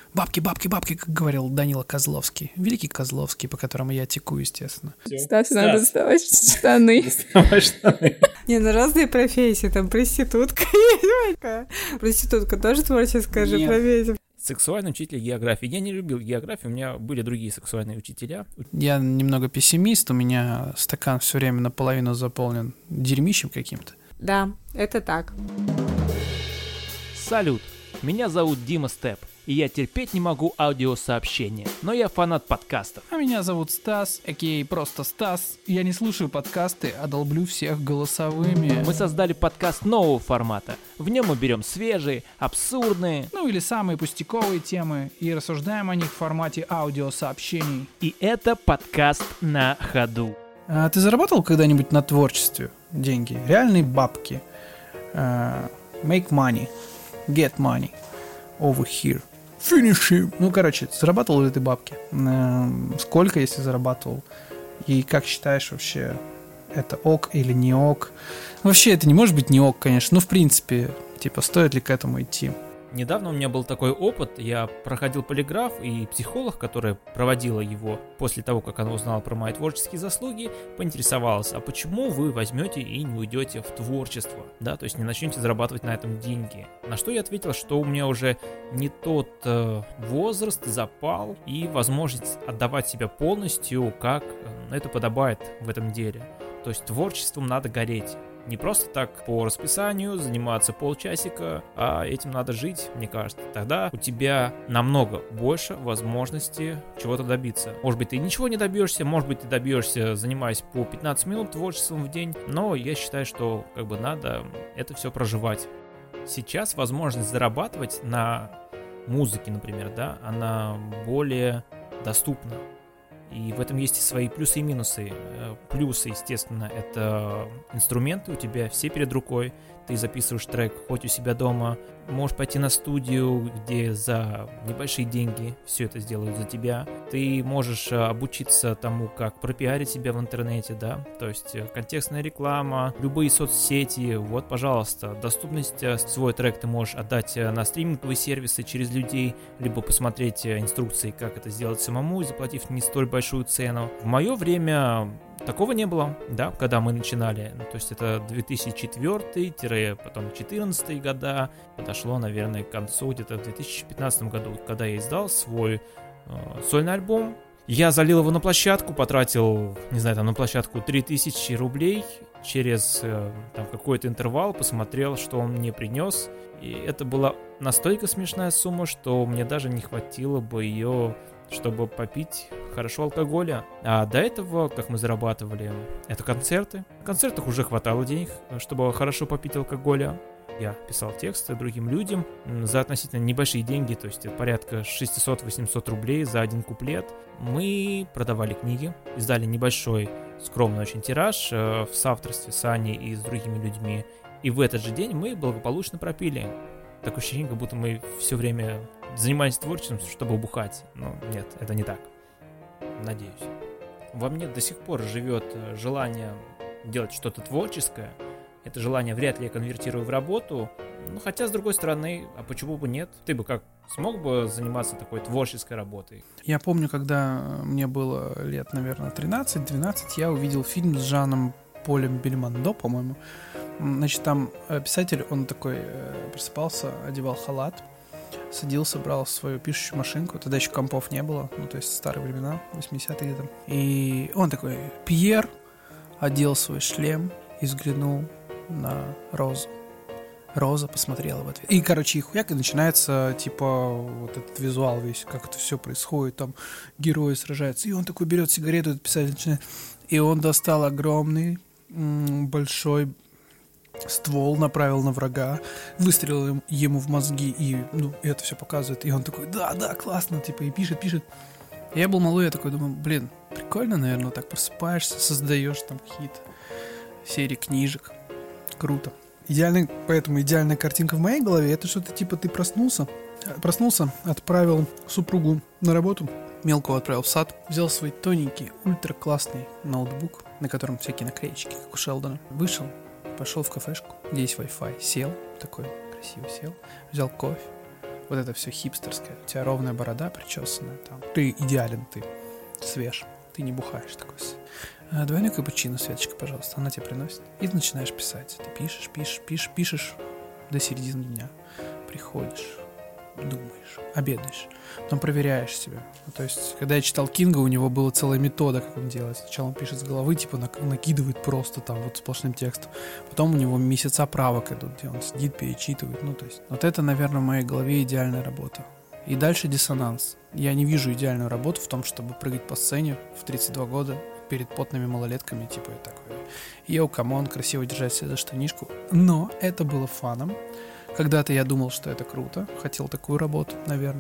Бабки, бабки, бабки, как говорил Данила Козловский. Великий Козловский, по которому я теку, естественно. Стасу надо доставать штаны. Не, ну разные профессии, там проститутка есть. Проститутка тоже творческая же профессия. Сексуальный учитель географии. Я не любил географию, у меня были другие сексуальные учителя. Я немного пессимист, у меня стакан все время наполовину заполнен дерьмищем каким-то. Да, это так. Салют, меня зовут Дима Степ, и я терпеть не могу аудиосообщения, но я фанат подкастов. А меня зовут Стас, а.к.а. просто Стас. Я не слушаю подкасты, а долблю всех голосовыми. Мы создали подкаст нового формата. В нем мы берем свежие, абсурдные, ну или самые пустяковые темы и рассуждаем о них в формате аудиосообщений. И это подкаст на ходу. А ты зарабатывал когда-нибудь на творчестве деньги? Реальные бабки. Make money. Get money. Over here. Finish him. Ну, короче, зарабатывал ли ты бабки? Сколько, если зарабатывал? И как считаешь вообще, это ок или не ок? Вообще, это не может быть не ок, конечно. Ну, в принципе, типа, стоит ли к этому идти? Недавно у меня был такой опыт, я проходил полиграф, и психолог, которая проводила его после того, как она узнала про мои творческие заслуги, поинтересовалась, а почему вы возьмете и не уйдете в творчество, да, то есть не начнете зарабатывать на этом деньги. На что я ответил, что у меня уже не тот возраст, запал и возможность отдавать себя полностью, как это подобает в этом деле. То есть творчеством надо гореть. Не просто так по расписанию заниматься полчасика, а этим надо жить, мне кажется. Тогда у тебя намного больше возможности чего-то добиться. Может быть, ты ничего не добьешься, может быть, ты добьешься, занимаясь по 15 минут творчеством в день, но я считаю, что надо это все проживать. Сейчас возможность зарабатывать на музыке, например, да, она более доступна. И в этом есть и свои плюсы и минусы. Плюсы, естественно, это инструменты у тебя все перед рукой. Ты записываешь трек хоть у себя дома, можешь пойти на студию, где за небольшие деньги все это сделают за тебя. Ты можешь обучиться тому, как пропиарить себя в интернете, да, то есть контекстная реклама, любые соцсети, вот, пожалуйста, доступность, свой трек ты можешь отдать на стриминговые сервисы через людей, либо посмотреть инструкции, как это сделать самому, заплатив не столь большую цену. В мое время такого не было, да, когда мы начинали, то есть это 2004-потом 2014 года, подошло, наверное, к концу где-то в 2015 году, когда я издал свой сольный альбом. Я залил его на площадку, потратил, не знаю, там на площадку 3000 рублей, через какой-то интервал посмотрел, что он мне принес, и это была настолько смешная сумма, что мне даже не хватило бы ее, чтобы попить хорошо алкоголя. А до этого, как мы зарабатывали, это концерты. В концертах уже хватало денег, чтобы хорошо попить алкоголя. Я писал тексты другим людям за относительно небольшие деньги, то есть порядка 600-800 рублей за один куплет. Мы продавали книги, издали небольшой, скромный очень тираж в соавторстве с Аней и с другими людьми. И в этот же день мы благополучно пропили. Такое ощущение, как будто мы все время занимались творчеством, чтобы бухать. Но нет, это не так. Надеюсь. Во мне до сих пор живет желание делать что-то творческое. Это желание вряд ли я конвертирую в работу. Ну, хотя, с другой стороны, а почему бы нет? Ты бы как смог бы заниматься такой творческой работой? Я помню, когда мне было лет, наверное, 13-12, я увидел фильм с Жаном Полем Бельмондо, по-моему. Значит, там писатель, он такой просыпался, одевал халат, садился, брал свою пишущую машинку, тогда еще компов не было, ну, то есть старые времена, 80-е где-то. И он такой, Пьер, одел свой шлем и взглянул на Розу. Роза посмотрела в ответ. И, короче, и хуяк, и начинается, типа, вот этот визуал весь, как это все происходит, там герои сражаются. И он такой берет сигарету, этот писатель начинает, и он достал огромный, большой ствол, направил на врага, выстрелил ему в мозги, и, ну, это все показывает. И он такой, да, классно, типа, и пишет. Я был малой, я такой думаю, блин, прикольно, наверное, вот так просыпаешься, создаешь там какие-то серии книжек. Круто. Поэтому идеальная картинка в моей голове — это что-то типа ты проснулся, отправил супругу на работу, мелкого отправил в сад, взял свой тоненький, ультра классный ноутбук, на котором всякие наклеечки, как у Шелдона, вышел, пошел в кафешку, где есть Wi-Fi, сел, такой красиво сел, взял кофе, Вот это все хипстерское. У тебя ровная борода причесанная. Там. Ты идеален, ты свеж. Ты не бухаешь такой. Двойной капучино, Светочка, пожалуйста. Она тебе приносит. И ты начинаешь писать. Ты пишешь до середины дня. Приходишь, думаешь, обедаешь. Потом проверяешь себя. То есть, когда я читал Кинга, у него была целая метода, как он делает. Сначала он пишет с головы, типа накидывает просто там вот сплошным текстом. Потом у него месяца правок идут, где он сидит, перечитывает. Ну, то есть, вот это, наверное, в моей голове идеальная работа. И дальше диссонанс. Я не вижу идеальную работу в том, чтобы прыгать по сцене в 32 года перед потными малолетками, типа такой. Йоу, камон, красиво держать себя за штанишку. Но это было фаном. Когда-то я думал, что это круто. Хотел такую работу, наверное.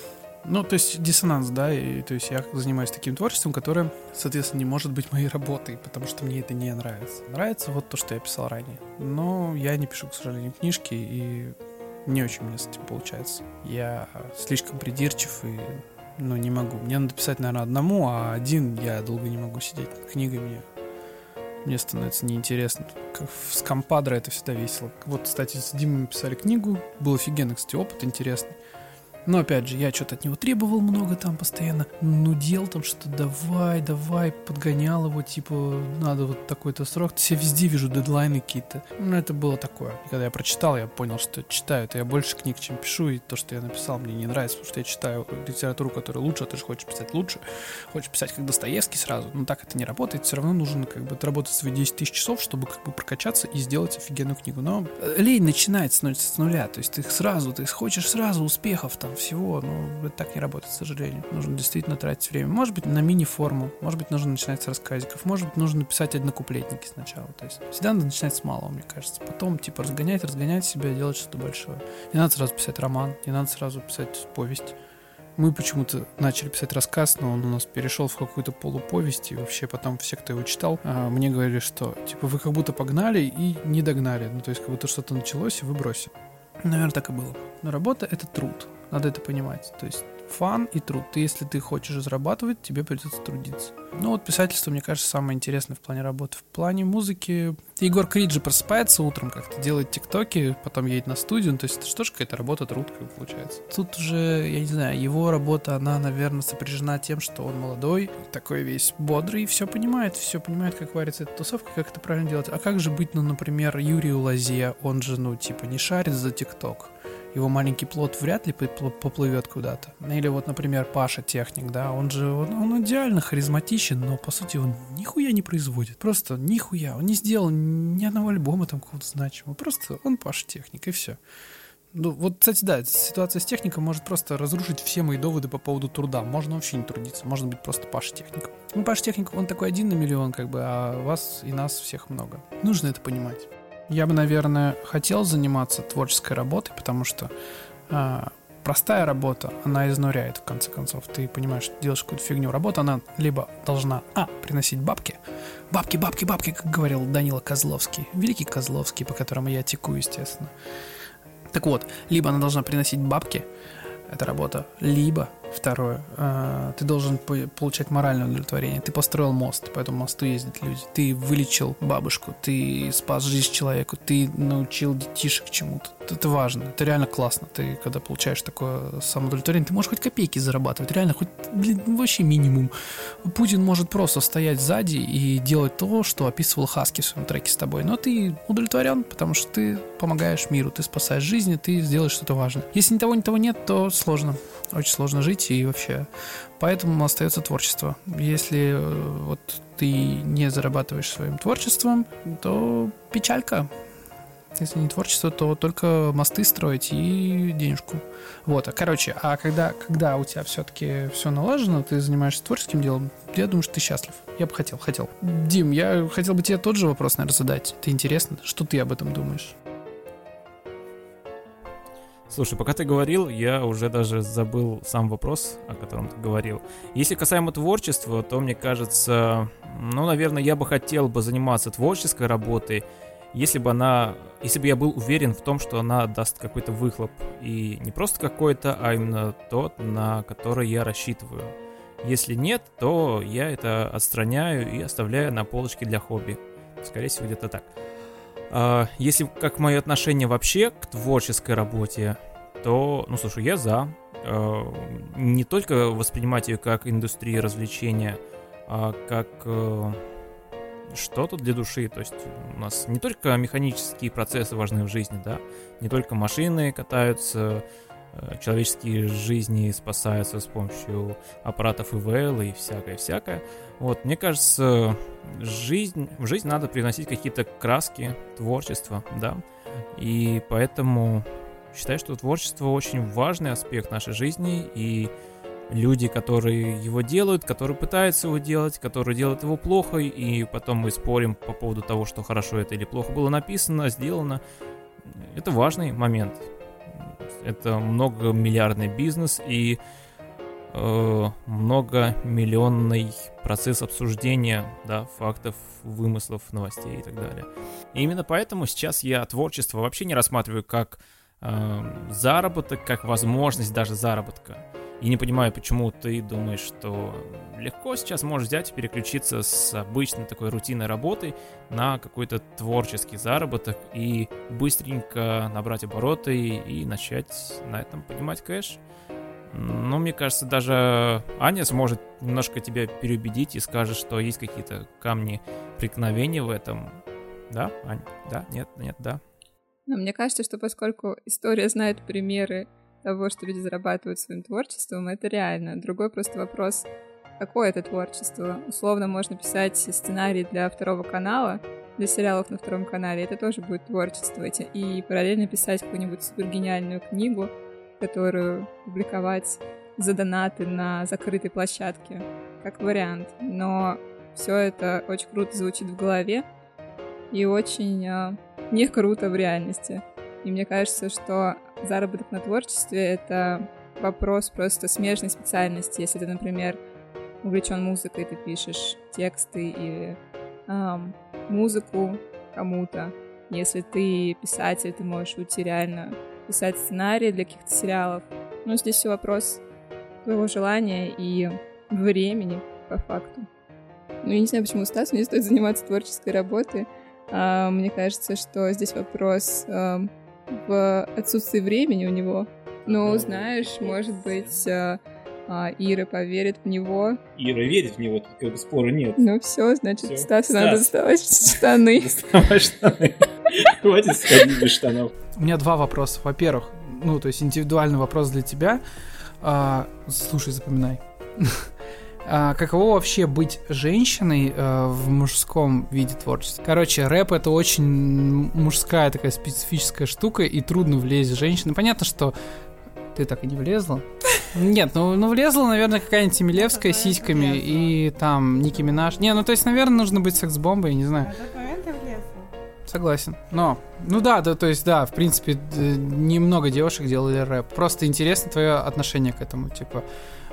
Ну, то есть диссонанс, да, и то есть я занимаюсь таким творчеством, которое, соответственно, не может быть моей работой, потому что мне это не нравится. Нравится вот то, что я писал ранее. Но я не пишу, к сожалению, книжки, и не очень у меня с этим получается. Я слишком придирчив и, не могу. Мне надо писать, наверное, одному, а один я долго не могу сидеть над книгами. Мне становится неинтересно. С компадра это всегда весело. Вот, кстати, с Димой мы писали книгу. Был офигенный, кстати, опыт интересный. Но, опять же, я что-то от него требовал много там постоянно. Нудел там, что давай, подгонял его, типа, надо вот такой-то срок. Я везде вижу дедлайны какие-то. Ну, это было такое. И когда я прочитал, я понял, что читаю. Это я больше книг, чем пишу, и то, что я написал, мне не нравится, потому что я читаю литературу, которая лучше, а ты же хочешь писать лучше. Хочешь писать как Достоевский сразу. Но так это не работает. Все равно нужно как бы отработать свои 10 тысяч часов, чтобы как бы прокачаться и сделать офигенную книгу. Но лень начинает с нуля. То есть ты хочешь сразу успехов там, всего, но это так не работает, к сожалению. Нужно действительно тратить время. Может быть, на мини-форму, может быть, нужно начинать с рассказиков, может быть, нужно написать однокуплетники сначала. То есть всегда надо начинать с малого, мне кажется. Потом, типа, разгонять себя, делать что-то большое. Не надо сразу писать роман, не надо сразу писать повесть. Мы почему-то начали писать рассказ, но он у нас перешел в какую-то полуповесть, и вообще потом все, кто его читал, мне говорили, что, типа, вы как будто погнали и не догнали. Ну, то есть, как будто что-то началось, и вы бросили. Наверное, так и было. Но работа — это труд. Надо это понимать. То есть фан и труд. Если ты хочешь зарабатывать, тебе придется трудиться. Ну вот писательство, мне кажется, самое интересное в плане работы. В плане музыки Егор Крид же просыпается утром, как-то делает тиктоки, потом едет на студию. То есть это что же какая-то работа, труд, как получается. Тут уже, я не знаю, его работа, она, наверное, сопряжена тем, что он молодой, такой весь бодрый, все понимает, как варится эта тусовка, как это правильно делать. А как же быть, например, Юрию Лозе, он же, не шарит за тикток. Его маленький плод вряд ли поплывет куда-то. Или вот, например, Паша Техник, да, он идеально харизматичен, но, по сути, он нихуя не производит. Просто нихуя. Он не сделал ни одного альбома там какого-то значимого. Просто он Паша Техник, и все. Ну, вот, кстати, да, ситуация с техником может просто разрушить все мои доводы по поводу труда. Можно вообще не трудиться, можно быть просто Паша Техником. Ну, Паша Техник, он такой 1 на миллион, как бы, а вас и нас всех много. Нужно это понимать. Я бы, наверное, хотел заниматься творческой работой, потому что простая работа, она изнуряет, в конце концов. Ты понимаешь, что делаешь какую-то фигню. Работа, она либо должна, приносить бабки, как говорил Данила Козловский, великий Козловский, по которому я теку, естественно. Так вот, либо она должна приносить бабки, это работа, либо, второе, ты должен получать моральное удовлетворение. Ты построил мост, по этому мосту ездят люди. Ты вылечил бабушку, ты спас жизнь человеку, ты научил детишек чему-то. Это важно, это реально классно. Ты, когда получаешь такое самоудовлетворение, ты можешь хоть копейки зарабатывать, реально, хоть, вообще минимум. Путин может просто стоять сзади и делать то, что описывал Хаски в своем треке с тобой. Но ты удовлетворен, потому что ты помогаешь миру, ты спасаешь жизни, ты сделаешь что-то важное. Если ни того нет, то сложно. Очень сложно жить и вообще. Поэтому остается творчество. Если вот ты не зарабатываешь своим творчеством, то печалька. Если не творчество, то только мосты строить и денежку. Вот. А когда у тебя все-таки все налажено, ты занимаешься творческим делом, я думаю, что ты счастлив. Я бы хотел. Дим, я хотел бы тебе тот же вопрос, наверное, задать. Это интересно. Что ты об этом думаешь? Слушай, пока ты говорил, я уже даже забыл сам вопрос, о котором ты говорил. Если касаемо творчества, то, мне кажется, наверное, я бы хотел бы заниматься творческой работой, если бы я был уверен в том, что она даст какой-то выхлоп. И не просто какой-то, а именно тот, на который я рассчитываю. Если нет, то я это отстраняю и оставляю на полочке для хобби. Скорее всего, где-то так. Если как мое отношение вообще к творческой работе, то, ну, слушай, я за. Не только воспринимать ее как индустрию развлечения, а как что-то для души. То есть у нас не только механические процессы важны в жизни, да, не только машины катаются, человеческие жизни спасаются с помощью аппаратов ИВЛ и всякое-всякое. Вот, мне кажется, в жизнь надо привносить какие-то краски, творчество, да, и поэтому считаю, что творчество очень важный аспект нашей жизни, и люди, которые его делают, которые пытаются его делать, которые делают его плохо, и потом мы спорим по поводу того, что хорошо это или плохо было написано, сделано, это важный момент. Это многомиллиардный бизнес и многомиллионный процесс обсуждения, да, фактов, вымыслов, новостей и так далее. И именно поэтому сейчас я творчество вообще не рассматриваю как заработок, как возможность даже заработка. И не понимаю, почему ты думаешь, что легко сейчас можешь взять и переключиться с обычной такой рутинной работы на какой-то творческий заработок и быстренько набрать обороты и начать на этом поднимать кэш. Но мне кажется, даже Аня сможет немножко тебя переубедить и скажет, что есть какие-то камни преткновения в этом. Да, Ань? Да? Нет? Нет? Да? Но мне кажется, что поскольку история знает примеры того, что люди зарабатывают своим творчеством, это реально. Другой просто вопрос, какое это творчество. Условно можно писать сценарий для второго канала, для сериалов на втором канале, это тоже будет творчество. И параллельно писать какую-нибудь супергениальную книгу, которую публиковать за донаты на закрытой площадке, как вариант. Но все это очень круто звучит в голове и очень не круто в реальности. И мне кажется, что заработок на творчестве — это вопрос просто смежной специальности. Если ты, например, увлечен музыкой, ты пишешь тексты или музыку кому-то. Если ты писатель, ты можешь уйти реально писать сценарии для каких-то сериалов. Но здесь все вопрос твоего желания и времени, по факту. Ну, я не знаю, почему Стасу не стоит заниматься творческой работой. Мне кажется, что здесь вопрос в отсутствии времени у него. Но, знаешь, может быть, Ира поверит в него. Ира верит в него, тут как бы спора нет. Ну все, значит, Стасу надо доставать штаны. Доставать штаны. Хватит сходить без штанов. У меня два вопроса. Во-первых, ну, то есть индивидуальный вопрос для тебя. Слушай, запоминай. Каково вообще быть женщиной в мужском виде творчества? Короче, рэп — это очень мужская такая специфическая штука, и трудно влезть в женщину. Понятно, что ты так и не влезла. Нет, ну влезла, наверное, какая-нибудь Емелевская с сиськами и там Ники Минаж. Не, ну то есть, наверное, нужно быть секс-бомбой, я не знаю. В этот момент ты влезла. Согласен. Но, ну да, то есть, да, в принципе, немного девушек делали рэп. Просто интересно твое отношение к этому, типа...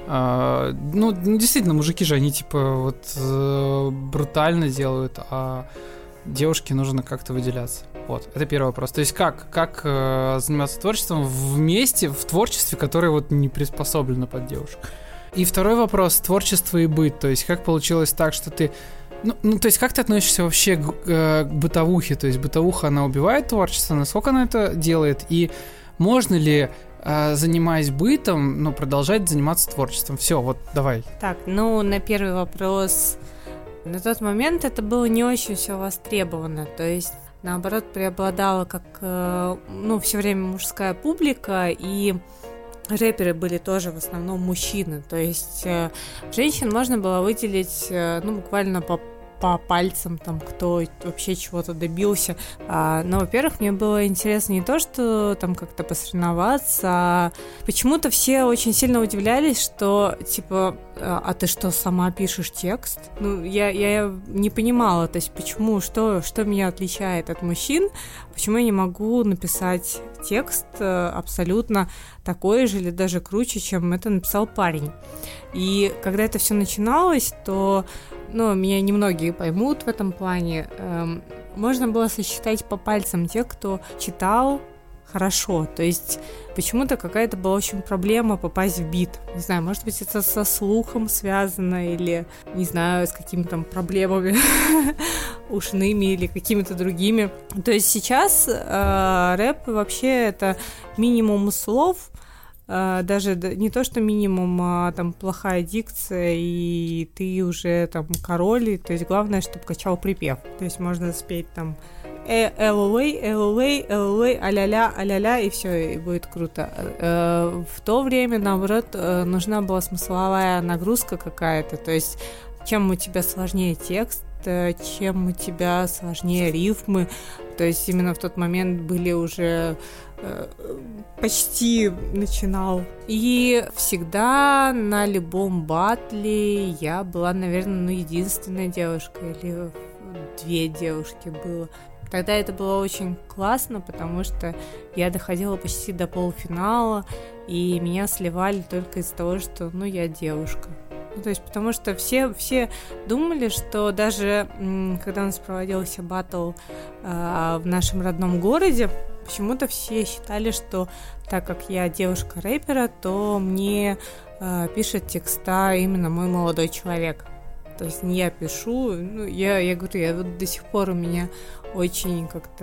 Ну, действительно, мужики же, они, типа, вот брутально делают, а девушке нужно как-то выделяться. Вот, это первый вопрос. То есть как заниматься творчеством вместе, в творчестве, которое вот не приспособлено под девушек. И второй вопрос, творчество и быт. То есть как получилось так, что ты... Ну, то есть как ты относишься вообще к бытовухе? То есть бытовуха, она убивает творчество? Насколько она это делает? И можно ли... занимаясь бытом, ну, продолжать заниматься творчеством. Все, вот, давай. Так, ну, на первый вопрос. На тот момент это было не очень все востребовано. То есть, наоборот, преобладала как, ну, все время мужская публика, и рэперы были тоже в основном мужчины. То есть, женщин можно было выделить, ну, буквально по пальцам, там, кто вообще чего-то добился. Но, во-первых, мне было интересно не то, что там как-то посоревноваться, а почему-то все очень сильно удивлялись, что, типа, а ты что, сама пишешь текст? Ну, я не понимала, то есть, почему, что меня отличает от мужчин, почему я не могу написать текст абсолютно такой же или даже круче, чем это написал парень. И когда это все начиналось, то ну, меня немногие поймут в этом плане. Можно было сосчитать по пальцам тех, кто читал хорошо. То есть почему-то какая-то была очень проблема попасть в бит. Не знаю, может быть, это со слухом связано или, не знаю, с какими-то там проблемами ушными или какими-то другими. То есть сейчас рэп вообще это минимум слов, даже не то, что минимум, а там плохая дикция, и ты уже там король, то есть главное, чтобы качал припев. То есть можно спеть там эллей, а-ля-ля, и все, и будет круто. В то время, наоборот, нужна была смысловая нагрузка какая-то, то есть чем у тебя сложнее текст, чем у тебя сложнее рифмы, то есть именно в тот момент были уже почти начинал. И всегда на любом батле я была, наверное, единственная девушка, или 2 девушки было. Тогда это было очень классно, потому что я доходила почти до полуфинала, и меня сливали только из-за того, что, я девушка. То есть, потому что все думали, что даже когда у нас проводился баттл в нашем родном городе, почему-то все считали, что так как я девушка рэпера, то мне пишет текста именно мой молодой человек. То есть не я пишу, я говорю, я вот до сих пор у меня очень как-то...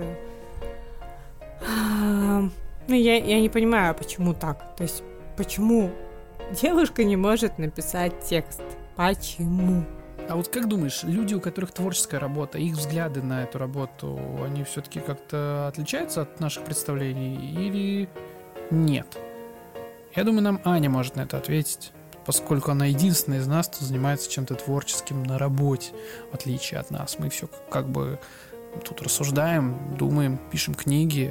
я не понимаю, почему так. То есть почему девушка не может написать текст? Почему? А вот как думаешь, люди, у которых творческая работа, их взгляды на эту работу, они все-таки как-то отличаются от наших представлений или нет? Я думаю, нам Аня может на это ответить, поскольку она единственная из нас, кто занимается чем-то творческим на работе, в отличие от нас. Мы все как бы тут рассуждаем, думаем, пишем книги,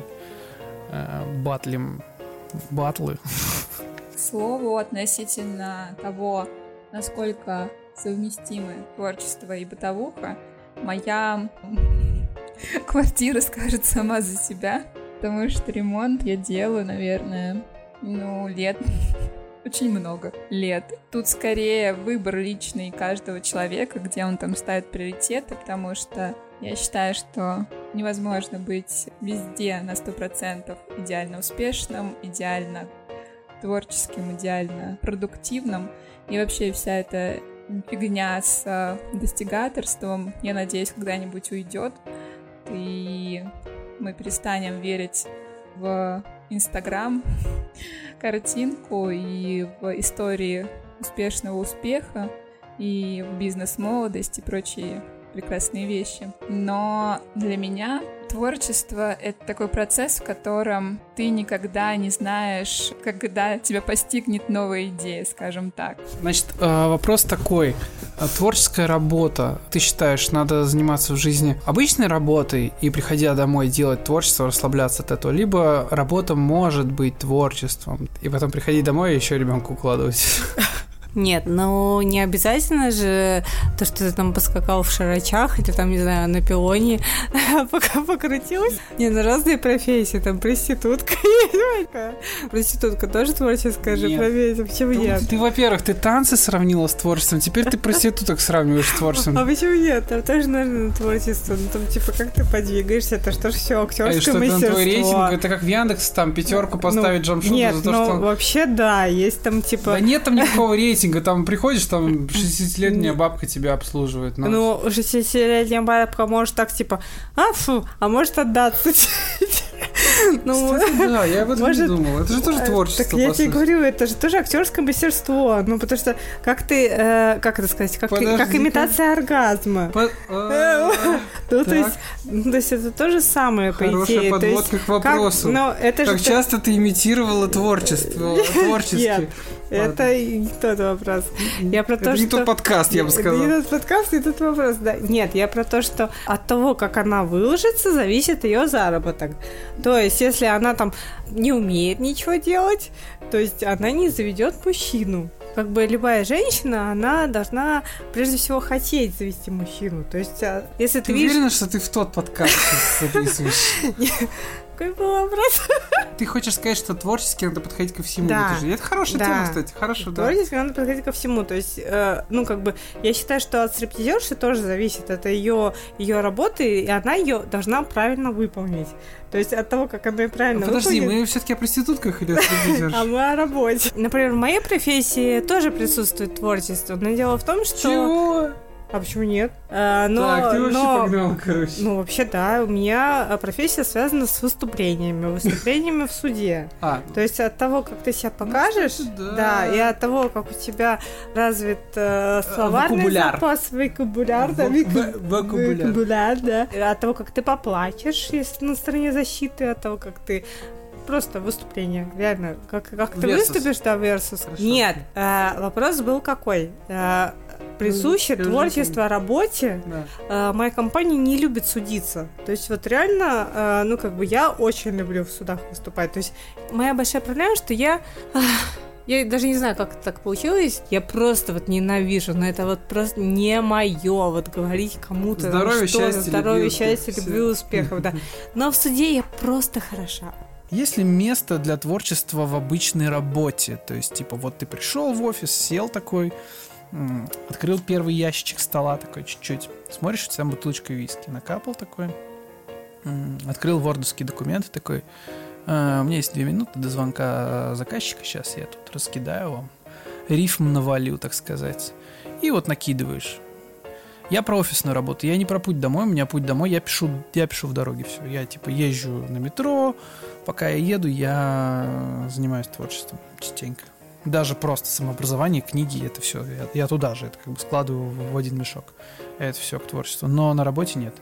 батлим батлы. К слову, относительно того, насколько совместимы творчество и бытовуха, моя квартира скажет сама за себя, потому что ремонт я делаю, наверное, лет, очень много лет. Тут скорее выбор личный каждого человека, где он там ставит приоритеты, потому что я считаю, что невозможно быть везде на 100% идеально успешным, идеально творческим, идеально продуктивным, и вообще вся эта фигня с достигаторством, я надеюсь, когда-нибудь уйдет, и мы перестанем верить в Инстаграм, картинку и в истории успешного успеха, и в бизнес-молодость и прочие прекрасные вещи. Но для меня творчество — это такой процесс, в котором ты никогда не знаешь, когда тебя постигнет новая идея, скажем так. Значит, вопрос такой. Творческая работа. Ты считаешь, надо заниматься в жизни обычной работой и, приходя домой, делать творчество, расслабляться от этого? Либо работа может быть творчеством, и потом приходить домой и еще ребенка укладывать? Нет, не обязательно же то, что ты там поскакал в шарачах или там, не знаю, на пилоне пока покрутилась. Разные профессии, там проститутка есть. Проститутка тоже творческая же профессия, почему нет? Ты, во-первых, ты танцы сравнила с творчеством, теперь ты проституток сравниваешь с творчеством. А почему нет? Там тоже, наверное, творчество. Там, как ты подвигаешься, это что ж все актерское мастерство. А что, твой рейтинг, это как в Яндекс, там, 5 поставить джамшуту за то, что... вообще, да, есть там, Да нет там никакого рейтинга. Там приходишь, там 60-летняя бабка тебя обслуживает. 60-летняя бабка может так, а может отдаться. Кстати, да, я об этом не думал. Это же тоже творчество. Так я тебе говорю, это же тоже актерское мастерство. Потому что как это сказать, как имитация оргазма. То есть это то же самое, по идее. Хорошая подводка к вопросу. Как часто ты имитировала творчество? Творчески. Это не тот вопрос. Я про то, это не тот подкаст, я бы сказала. Не тот подкаст, не тот вопрос, да. Нет, я про то, что от того, как она выложится, зависит ее заработок. То есть, если она там не умеет ничего делать, то есть она не заведет мужчину. Как бы любая женщина, она должна прежде всего хотеть завести мужчину. То есть, если ты видишь... уверена, что ты в тот подкаст сейчас записываешь? Какой был вопрос? Ты хочешь сказать, что творчески надо подходить ко всему? Да. Это хорошая тема, кстати. Хорошо, да. Творчески надо подходить ко всему. То есть, я считаю, что от стриптизерши тоже зависит. Это ее работы, и она ее должна правильно выполнить. То есть от того, как она ее правильно выполнит... Подожди, мы все-таки о проститутках или о стриптизершах? А мы о работе. Например, в моей профессии тоже присутствует творчество. Но дело в том, что... Чего? А почему нет? Так, ты вообще погнал, короче. Ну, вообще, да, у меня профессия связана с выступлениями в суде. То есть от того, как ты себя покажешь, да, и от того, как у тебя развит словарный запас, вокабуляр, да, от того, как ты поплачешь, если на стороне защиты, от того, как ты просто выступление, реально, как ты выступишь, да, versus. Хорошо. Нет, вопрос был какой? Присуще творчество работе, моя компания не любит судиться. То есть вот реально, я очень люблю в судах выступать. То есть моя большая проблема, что я даже не знаю, как так получилось. Я просто вот ненавижу, но это вот просто не мое вот говорить кому-то здоровья, счастья, любви, успехов, да. Но в суде я просто хороша. Есть ли место для творчества в обычной работе? То есть, типа, вот ты пришел в офис, сел такой, открыл первый ящичек стола такой чуть-чуть, смотришь, у тебя бутылочка виски, накапал такой, открыл вордовские документы такой, у меня есть 2 минуты до звонка заказчика, сейчас я тут раскидаю вам, рифм навалю, так сказать, и вот накидываешь. Я про офисную работу, я не про путь домой, у меня путь домой, я пишу в дороге, все, я типа езжу на метро, пока я еду, я занимаюсь творчеством частенько. Даже просто самообразование, книги, это все, я туда же, это как бы складываю в один мешок. Это все к творчеству. Но на работе нет.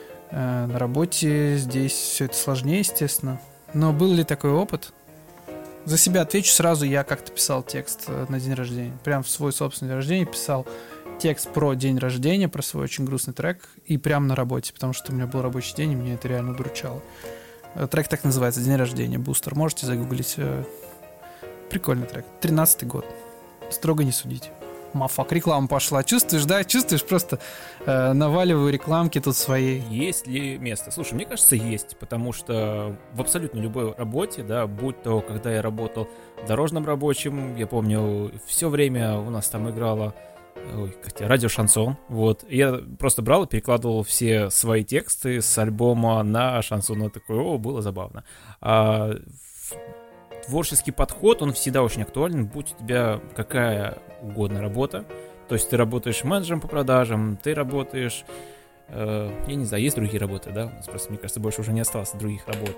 На работе здесь все это сложнее, естественно. Но был ли такой опыт? За себя отвечу сразу, я как-то писал текст на день рождения. Прям в свой собственный день рождения писал текст про день рождения, про свой очень грустный трек, и прям на работе, потому что у меня был рабочий день, и меня это реально удручало. Трек так называется, «День рождения», «Бустер». Можете загуглить. Прикольный трек. 13-й год. Строго не судите. Мафак, реклама пошла. Чувствуешь, да? Чувствуешь? Просто наваливаю рекламки тут своей. Есть ли место? Слушай, мне кажется, есть. Потому что в абсолютно любой работе, да, будь то, когда я работал дорожным рабочим, я помню, все время у нас там играло радио шансон. Вот. Я просто брал и перекладывал все свои тексты с альбома на шансон. Такое, было забавно. Творческий подход, он всегда очень актуален, будь у тебя какая угодно работа. То есть ты работаешь менеджером по продажам, ты работаешь... я не знаю, есть другие работы, да? У нас просто, мне кажется, больше уже не осталось других работ.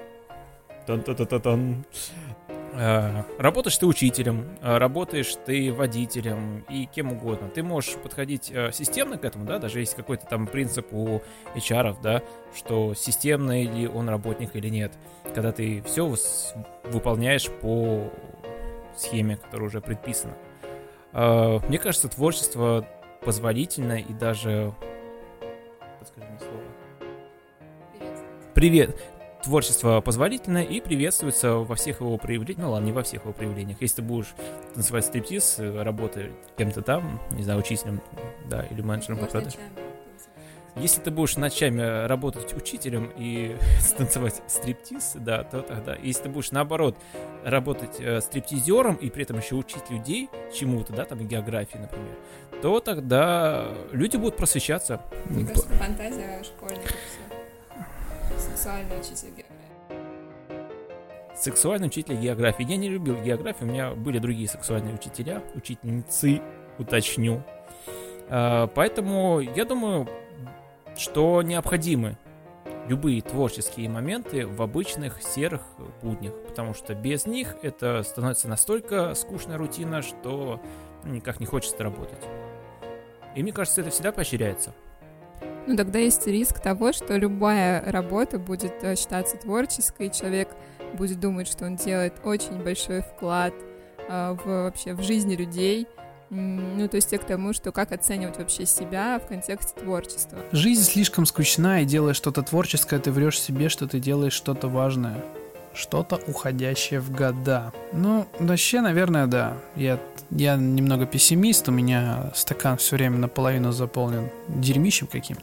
Работаешь ты учителем, работаешь ты водителем и кем угодно. Ты можешь подходить системно к этому, да, даже есть какой-то там принцип у HR, да, что системный ли он работник или нет, когда ты все выполняешь по схеме, которая уже предписана. Мне кажется, творчество позволительно и даже... Подскажи мне слово. Привет. Творчество позволительное и приветствуется во всех его проявлениях. Ну ладно, не во всех его проявлениях. Если ты будешь танцевать стриптиз, работая кем-то там, не знаю, учителем, да, или менеджером по продаже. Если ты будешь ночами работать учителем и танцевать стриптиз, да, то тогда. Если ты будешь, наоборот, работать стриптизером и при этом еще учить людей чему-то, да, там, географии, например, то тогда люди будут просвещаться. Мне кажется, фантазия школьников все. Сексуальный учитель географии. Сексуальный учитель географии. Я не любил географию, у меня были другие сексуальные учителя, учительницы, уточню. Поэтому я думаю, что необходимы любые творческие моменты в обычных серых буднях, потому что без них это становится настолько скучная рутина, что никак не хочется работать. И мне кажется, это всегда поощряется. Ну, тогда есть риск того, что любая работа будет считаться творческой, и человек будет думать, что он делает очень большой вклад вообще в жизнь людей. Ну, то есть к тому, что как оценивать вообще себя в контексте творчества. Жизнь слишком скучна, и делая что-то творческое, ты врешь себе, что ты делаешь что-то важное. Что-то уходящее в года. Ну, вообще, наверное, да. Я немного пессимист, у меня стакан все время наполовину заполнен дерьмищем каким-то.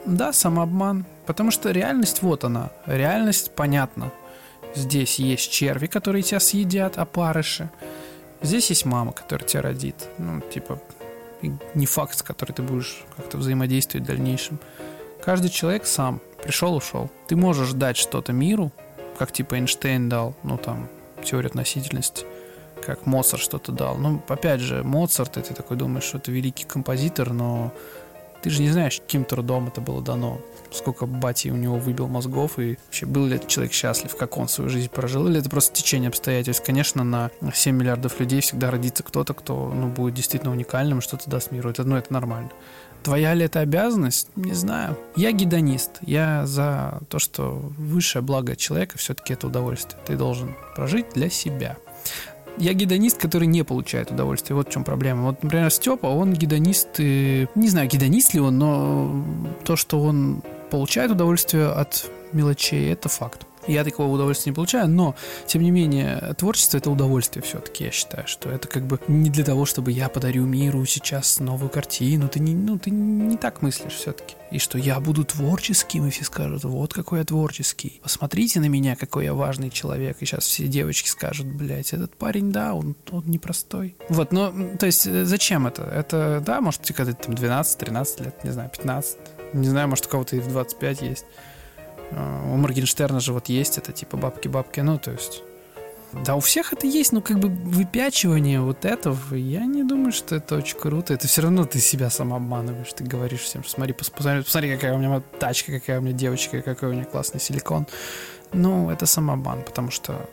да, самообман. Потому что реальность вот она. Реальность понятна. Здесь есть черви, которые тебя съедят, опарыши. Здесь есть мама, которая тебя родит. Ну, типа, не факт, с которым ты будешь как-то взаимодействовать в дальнейшем. Каждый человек сам пришел, ушел. Ты можешь дать что-то миру, как типа Эйнштейн дал, ну, там, теорию относительности, как Моцарт что-то дал. Ну, опять же, Моцарт, и ты такой думаешь, что это великий композитор, но ты же не знаешь, каким трудом это было дано, сколько батей у него выбил мозгов, и вообще был ли этот человек счастлив, как он свою жизнь прожил, или это просто течение обстоятельств. Конечно, на 7 миллиардов людей всегда родится кто-то, кто, ну, будет действительно уникальным, что-то даст миру. Это нормально. Твоя ли это обязанность? Не знаю. Я гедонист. Я за то, что высшее благо человека все-таки это удовольствие. Ты должен прожить для себя. Я гедонист, который не получает удовольствие. Вот в чем проблема. Вот, например, Степа, он гедонист. Не знаю, гедонист ли он, но то, что он получает удовольствие от мелочей, это факт. Я такого удовольствия не получаю, но, тем не менее, творчество — это удовольствие все-таки, я считаю, что это как бы не для того, чтобы я подарю миру сейчас новую картину. Ты не так мыслишь все-таки. И что я буду творческим, и все скажут, вот какой я творческий. Посмотрите на меня, какой я важный человек. И сейчас все девочки скажут, блядь, этот парень, да, он непростой. Вот, но, то есть, зачем это? Это, да, может, когда ты там 12-13 лет, не знаю, 15. Не знаю, может, у кого-то и в 25 есть. У Моргенштерна же вот есть это, типа, бабки-бабки, ну, то есть... Да, у всех это есть, но как бы выпячивание вот этого, я не думаю, что это очень круто. Это все равно ты себя сам обманываешь. Ты говоришь всем, что посмотри, какая у меня тачка, какая у меня девочка, какой у меня классный силикон. Ну, это самообман, потому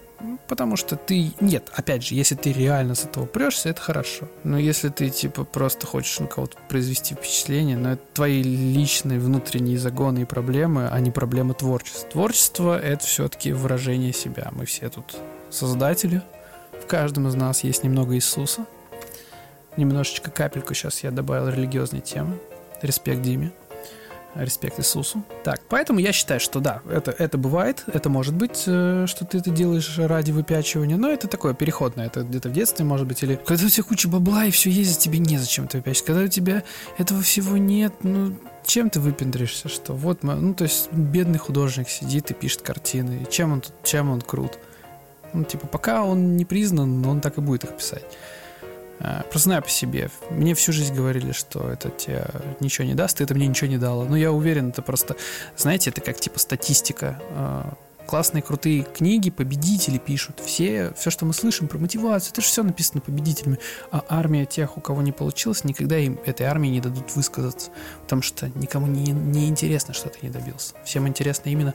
что ты... Нет, опять же, если ты реально с этого прешься, это хорошо. Но если ты, типа, просто хочешь на кого-то произвести впечатление, но это твои личные внутренние загоны и проблемы, а не проблемы творчества. Творчество — это все-таки выражение себя. Мы все тут создатели. В каждом из нас есть немного Иисуса. Немножечко, капельку сейчас я добавил религиозной темы. Респект Диме. Респект Иисусу. Так, поэтому я считаю, что да, это бывает, это может быть, что ты это делаешь ради выпячивания, но это такое переходное, это где-то в детстве, может быть, или когда у тебя куча бабла и все есть, тебе незачем это выпячивать. Когда у тебя этого всего нет, ну, чем ты выпендришься, что вот, ну, то есть бедный художник сидит и пишет картины, и чем он крут. Ну, типа, пока он не признан, он так и будет их писать. Просто знаю по себе. Мне всю жизнь говорили, что это тебе ничего не даст, и это мне ничего не дало. Но я уверен, это просто, знаете, это как типа статистика. Классные, крутые книги победители пишут. Все, что мы слышим про мотивацию, это же все написано победителями. А армия тех, у кого не получилось, никогда им этой армии не дадут высказаться. Потому что никому не интересно, что ты не добился. Всем интересно именно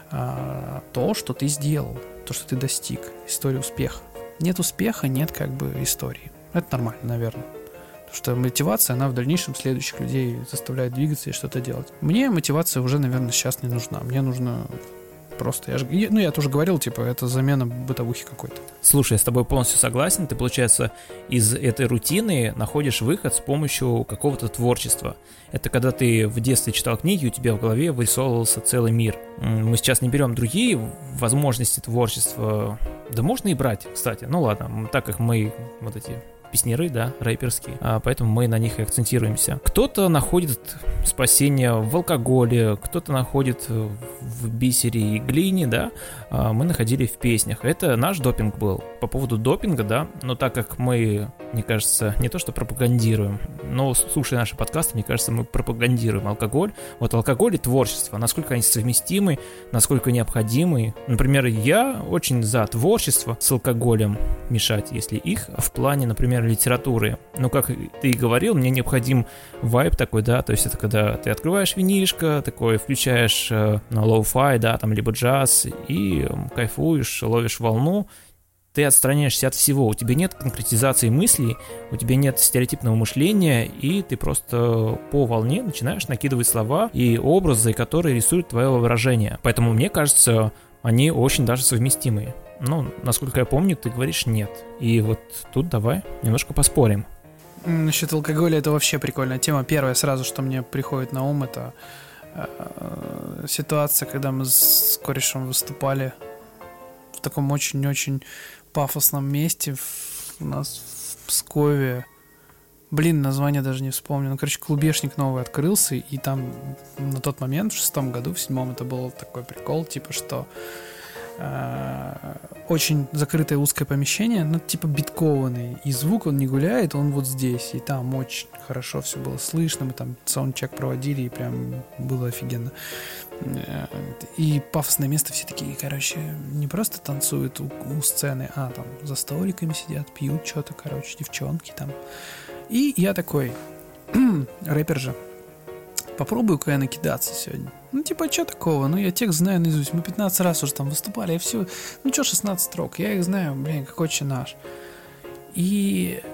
то, что ты сделал, то, что ты достиг. История успеха. Нет успеха, нет как бы истории. Это нормально, наверное. Потому что мотивация, она в дальнейшем следующих людей заставляет двигаться и что-то делать. Мне мотивация уже, наверное, сейчас не нужна. Мне нужно просто... Я тоже говорил, типа, это замена бытовухи какой-то. Слушай, я с тобой полностью согласен. Ты, получается, из этой рутины находишь выход с помощью какого-то творчества. Это когда ты в детстве читал книги, у тебя в голове вырисовывался целый мир. Мы сейчас не берем другие возможности творчества. Да можно и брать, кстати. Ну ладно, так как мы вот эти... песняры, да, рэперские, поэтому мы на них и акцентируемся. Кто-то находит спасение в алкоголе, кто-то находит в бисере и глине, да, мы находили в песнях. Это наш допинг был. По поводу допинга, да, но так как мы, мне кажется, не то что пропагандируем, но слушая наши подкасты, мне кажется, мы пропагандируем алкоголь. Вот алкоголь и творчество, насколько они совместимы, насколько необходимы. Например, я очень за творчество с алкоголем мешать, если их в плане, например, литературы. Но, как ты и говорил, мне необходим вайб такой, да, то есть это когда ты открываешь винишко, такой включаешь лоу-фай, да, там, либо джаз, и кайфуешь, ловишь волну, ты отстраняешься от всего, у тебя нет конкретизации мыслей, у тебя нет стереотипного мышления, и ты просто по волне начинаешь накидывать слова и образы, которые рисуют твое воображение. Поэтому, мне кажется, они очень даже совместимые. Ну, насколько я помню, ты говоришь нет. И вот тут давай немножко поспорим. Насчет алкоголя это вообще прикольная тема. Первое сразу, что мне приходит на ум, это ситуация, когда мы с корешем выступали в таком очень-очень пафосном месте у нас в Пскове. Блин, название даже не вспомню. Ну, короче, клубешник новый открылся, и там на тот момент, в 6-м году, в 7-м, это был такой прикол, типа, что очень закрытое узкое помещение, ну, типа биткованный, и звук он не гуляет, он вот здесь, и там очень хорошо все было слышно, мы там саундчек проводили, и прям было офигенно. И пафосное место, все такие, короче, не просто танцуют у сцены, а там за столиками сидят, пьют что-то, короче, девчонки там. И я такой, рэпер же, попробую-ка я накидаться сегодня. Ну, типа, что такого? Ну, я текст знаю наизусть. Мы 15 раз уже там выступали, я все... Ну, что 16 строк? Я их знаю, блин, какой че наш. И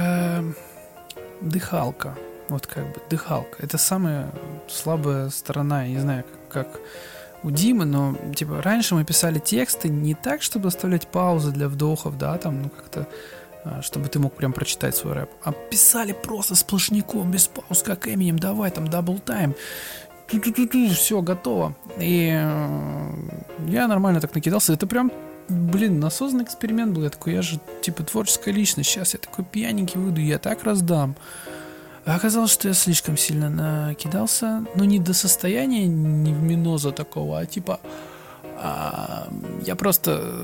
дыхалка. Вот как бы дыхалка. Это самая слабая сторона. Я не знаю, как у Димы, но, типа, раньше мы писали тексты не так, чтобы оставлять паузы для вдохов, да, там, ну, как-то чтобы ты мог прям прочитать свой рэп. А писали просто сплошняком, без пауз, как Эминем, давай, там, дабл тайм. Все, готово. И я нормально так накидался. Это прям, блин, осознанный эксперимент был. Я такой, я же, типа, творческая личность. Сейчас я такой пьяненький выйду, я так раздам. А оказалось, что я слишком сильно накидался. Но не до состояния невминоза такого, а типа... я просто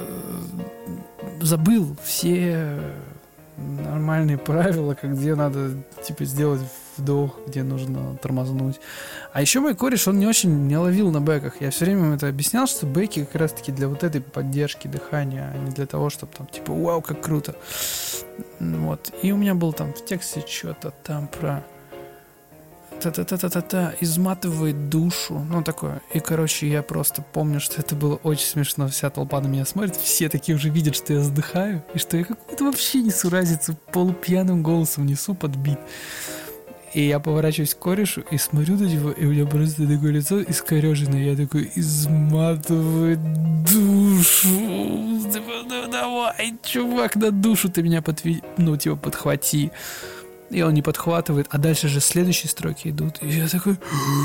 забыл все нормальные правила, как где надо, типа, сделать вдох, где нужно тормознуть. А еще мой кореш, он не очень не ловил на бэках. Я все время это объяснял, что бэки как раз-таки для вот этой поддержки дыхания, а не для того, чтобы там, типа, вау, как круто. Вот. И у меня был там в тексте что-то там про та-та-та-та-та-та, изматывает душу, ну, такое. И, короче, я просто помню, что это было очень смешно. Вся толпа на меня смотрит, все такие уже видят, что я вздыхаю, и что я какую-то вообще несуразицу полупьяным голосом несу под бит. И я поворачиваюсь к корешу и смотрю на него, и у меня просто такое лицо искореженное. Я такой, изматывает душу. Ну, давай, чувак, на душу ты меня подхвати. И он не подхватывает, а дальше же следующие строки идут. И я такой...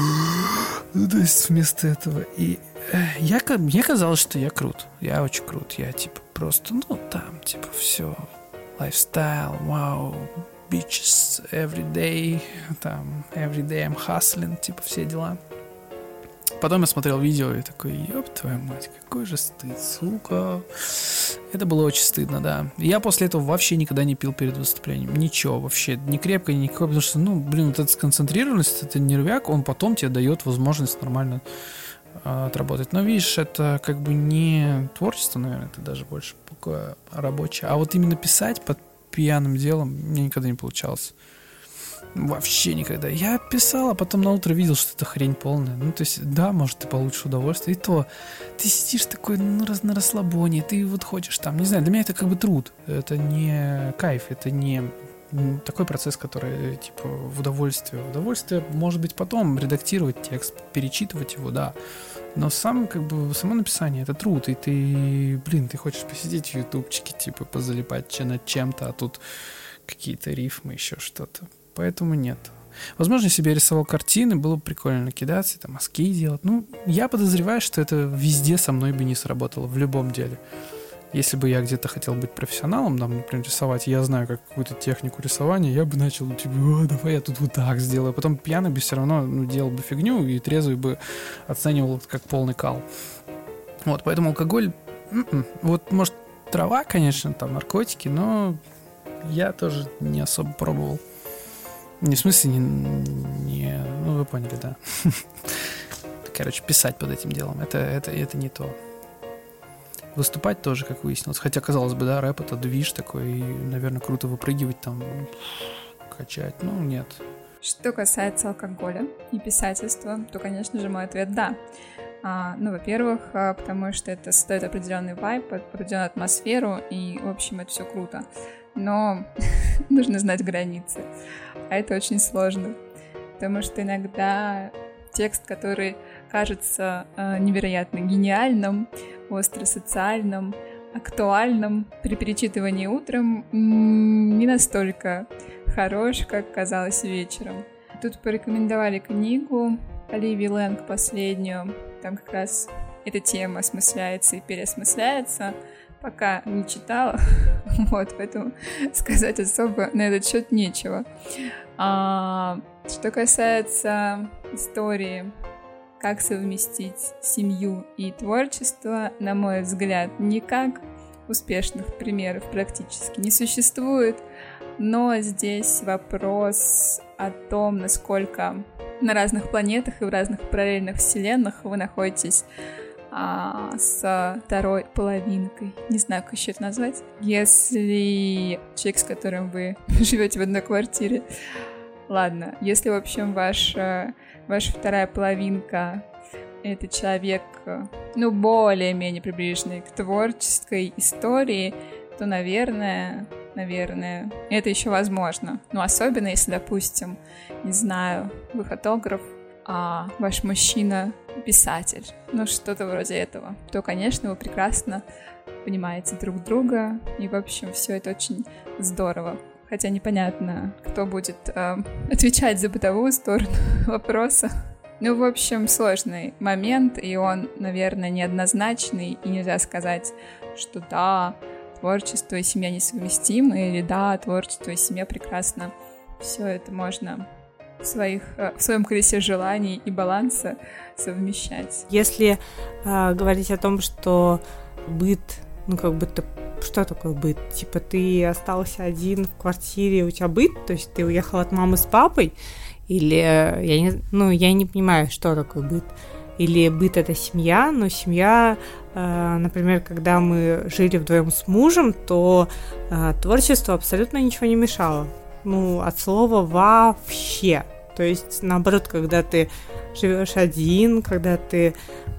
Ну, то есть вместо этого... И мне казалось, что я крут. Я очень крут. Я, типа, просто, ну, там, типа, все. Lifestyle, вау, bitches, everyday, там, everyday I'm hustling, типа, все дела. Потом я смотрел видео и такой, ёб твою мать, какой же стыд, сука. Это было очень стыдно, да. Я после этого вообще никогда не пил перед выступлением. Ничего вообще, ни крепко, ни никакой, потому что, ну, блин, вот эта сконцентрированность, это нервяк, он потом тебе дает возможность нормально отработать. Но, видишь, это как бы не творчество, наверное, это даже больше такое рабочее. А вот именно писать под пьяным делом мне никогда не получалось. Вообще никогда. Я писал, а потом на утро видел, что это хрень полная. Ну, то есть, да, может, ты получишь удовольствие. И то, ты сидишь такой, ну, на расслабоне, ты вот хочешь там, не знаю, для меня это как бы труд. Это не кайф, это не такой процесс, который, типа, в удовольствие. Удовольствие, может быть, потом редактировать текст, перечитывать его, да. Но само написание — это труд, и ты, блин, ты хочешь посидеть в ютубчике, типа, позалипать над чем-то, а тут какие-то рифмы, еще что-то. Поэтому нет. Возможно, если бы я рисовал картины, было бы прикольно накидаться, там, мазки делать. Ну, я подозреваю, что это везде со мной бы не сработало, в любом деле. Если бы я где-то хотел быть профессионалом, там, например, рисовать, я знаю какую-то технику рисования, я бы начал, типа, давай я тут вот так сделаю. Потом пьяный бы все равно делал бы фигню, и трезвый бы оценивал как полный кал. Вот, поэтому алкоголь... Вот, может, трава, конечно, там, наркотики, но я тоже не особо пробовал. Не в смысле, ну, вы поняли, да. Короче, писать под этим делом, это не то. Выступать тоже, как выяснилось. Хотя, казалось бы, да, рэп — это движ такой, и, наверное, круто выпрыгивать там, качать. Ну, нет. Что касается алкоголя и писательства, то, конечно же, мой ответ — да. Ну, во-первых, потому что это создает определенный вайб, определенную атмосферу, и, в общем, это все круто. Но нужно знать границы. А это очень сложно, потому что иногда текст, который кажется невероятно гениальным, остросоциальным, актуальным, при перечитывании утром не настолько хорош, как казалось вечером. Тут порекомендовали книгу Оливии Лэнг, последнюю. Там как раз эта тема осмысляется и переосмысляется. пока не читала, вот, поэтому сказать особо на этот счет нечего. Что касается истории, как совместить семью и творчество, на мой взгляд, никак успешных примеров практически не существует, но здесь вопрос о том, насколько на разных планетах и в разных параллельных вселенных вы находитесь с второй половинкой. Не знаю, как еще это назвать. Если человек, с которым вы живете в одной квартире, ладно, если, в общем, ваша вторая половинка — это человек, более-менее приближенный к творческой истории, то, наверное, это еще возможно. Особенно если, допустим, не знаю, вы фотограф, а ваш мужчина писатель, что-то вроде этого, то, конечно, вы прекрасно понимаете друг друга, и, в общем, все это очень здорово. Хотя непонятно, кто будет отвечать за бытовую сторону вопроса. В общем, сложный момент, и он, наверное, неоднозначный, и нельзя сказать, что да, творчество и семья несовместимы, или да, творчество и семья прекрасно. Все это можно в своем колесе желаний и баланса совмещать. Если говорить о том, что быт, что такое быт? Типа ты остался один в квартире, у тебя быт, то есть ты уехал от мамы с папой, или я не понимаю, что такое быт. Или быт — это семья, но семья, например, когда мы жили вдвоем с мужем, то творчеству абсолютно ничего не мешало. От слова вообще. То есть, наоборот, когда ты живешь один, когда ты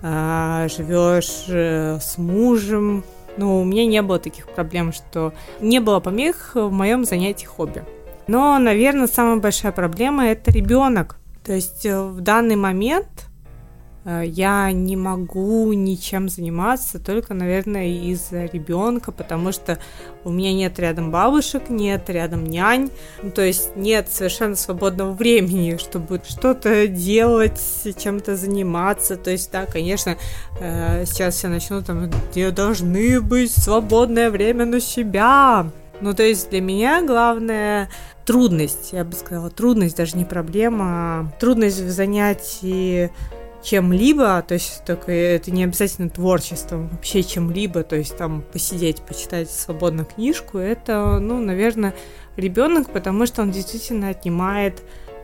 живешь с мужем, у меня не было таких проблем, что не было помех в моем занятии хобби. Но, наверное, самая большая проблема — это ребенок. То есть в данный момент я не могу ничем заниматься, только, наверное, из-за ребенка, потому что у меня нет рядом бабушек, нет рядом нянь, то есть нет совершенно свободного времени, чтобы что-то делать, чем-то заниматься. То есть, да, конечно, сейчас все начнут где должны быть свободное время на себя. То есть для меня главное трудность, я бы сказала, трудность, даже не проблема, трудность в занятии чем-либо, то есть только это не обязательно творчеством, вообще чем-либо, то есть посидеть, почитать свободно книжку, это, наверное, ребенок, потому что он действительно отнимает,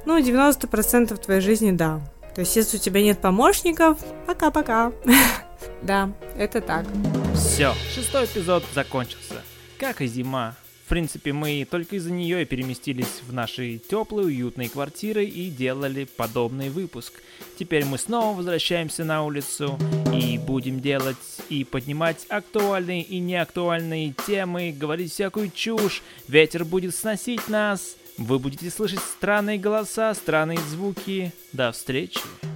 90% твоей жизни, да. То есть если у тебя нет помощников, пока-пока. Да, это так. Все, 6-й эпизод закончился. Как и зима. В принципе, мы только из-за нее и переместились в наши теплые, уютные квартиры и делали подобный выпуск. Теперь мы снова возвращаемся на улицу и будем делать и поднимать актуальные и неактуальные темы, говорить всякую чушь. Ветер будет сносить нас, вы будете слышать странные голоса, странные звуки. До встречи!